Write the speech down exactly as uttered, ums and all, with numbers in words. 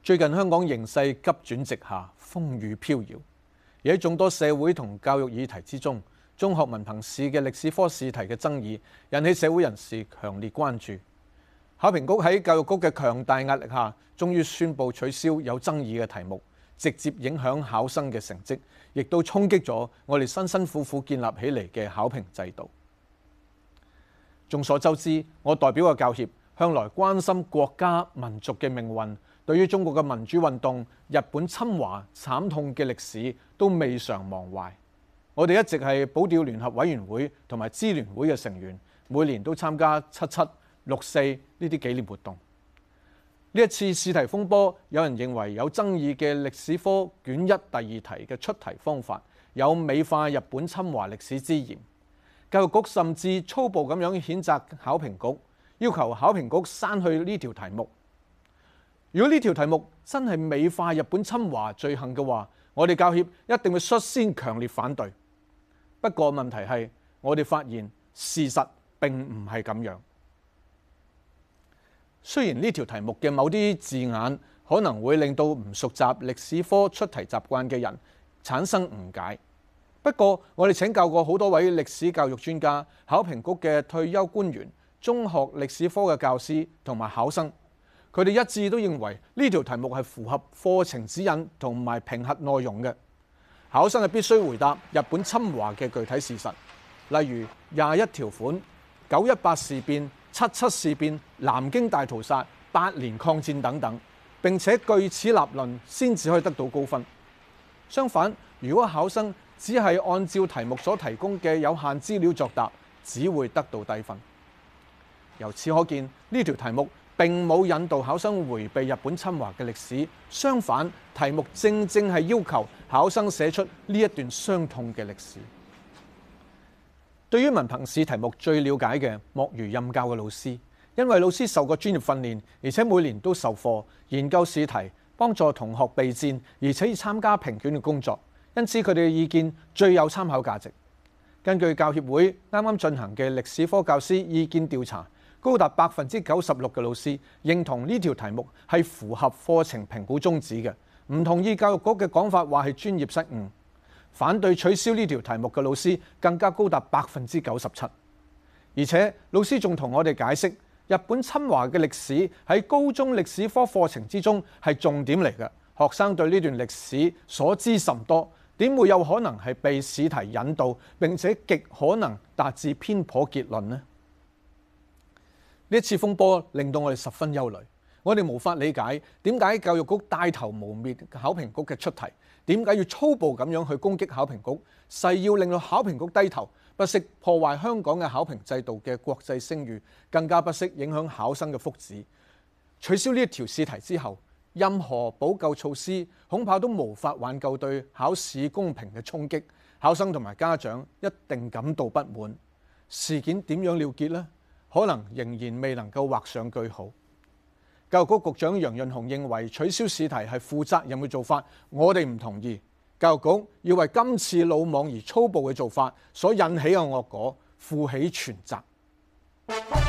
最近香港形勢急轉直下，風雨飄搖。而喺眾多社會同教育議題之中，中學文憑試嘅歷史科試題嘅爭議引起社會人士強烈關注。考評局喺教育局嘅強大壓力下，終於宣布取消有爭議嘅題目，直接影響考生嘅成績，亦都衝擊咗我哋辛辛苦苦建立起嚟嘅考評制度。眾所周知，我代表嘅教協向來關心國家民族嘅命運，對於中國嘅民主運動、日本侵華慘痛嘅歷史都未嘗忘懷。我哋一直係保釣聯合委員會同埋支聯會嘅成員，每年都參加七七、六四呢啲紀念活動。呢一次試題風波，有人認為有爭議嘅歷史科卷一第二題嘅出題方法有美化日本侵華歷史之嫌。教育局甚至粗暴咁樣譴責考評局，要求考評局刪去呢條題目。如果呢條題目真係美化日本侵華罪行嘅話，我哋教協一定會率先強烈反對。不過問題係，我哋發現事實並唔係咁樣。雖然呢條題目嘅某啲字眼可能會令到唔熟習歷史科出題習慣嘅人產生誤解，不過我哋請教過好多位歷史教育專家、考評局嘅退休官員、中學歷史科嘅教師同埋考生，佢哋一致都認為呢條題目係符合課程指引同埋評核內容嘅。考生係必須回答日本侵華嘅具體事實，例如廿一條款、九一八事變、七七事變、南京大屠殺、八年抗戰等等，並且據此立論先至可以得到高分。相反，如果考生只係按照題目所提供嘅有限資料作答，只會得到低分。由此可見，呢條題目並冇引導考生迴避日本侵華嘅歷史，相反，題目正正係要求考生寫出呢一段傷痛嘅歷史。對於文憑試題目最了解嘅，莫如任教嘅老師，因為老師受過專業訓練，而且每年都授課研究試題，幫助同學備戰，而且要參加評卷嘅工作，因此佢哋嘅意見最有參考價值。根據教協會啱啱進行嘅歷史科教師意見調查，高達百分之九十六嘅老師認同呢條題目係符合課程評估宗旨嘅，唔同意教育局嘅講法話係專業失誤。反對取消呢條題目嘅老師更加高達百分之九十七，而且老師仲同我哋解釋，日本侵華嘅歷史喺高中歷史科課程之中係重點嚟嘅，學生對呢段歷史所知甚多，點會有可能係被試題引導並且極可能達至偏頗結論呢？呢一次風波令到我哋十分憂慮，我哋無法理解點解教育局帶頭污蔑考評局嘅出題，點解要粗暴咁樣去攻擊考評局，誓要令到考評局低頭，不惜破壞香港嘅考評制度嘅國際聲譽，更加不惜影響考生嘅福祉。取消呢一條試題之後，任何補救措施恐怕都無法挽救對考試公平嘅衝擊，考生同埋家長一定感到不滿。事件點樣了結呢？可能仍然未能夠畫上句號。教育局局長楊潤雄認為取消試題係負責任嘅做法，我哋唔同意。教育局要為今次魯莽而粗暴嘅做法所引起嘅惡果負起全責。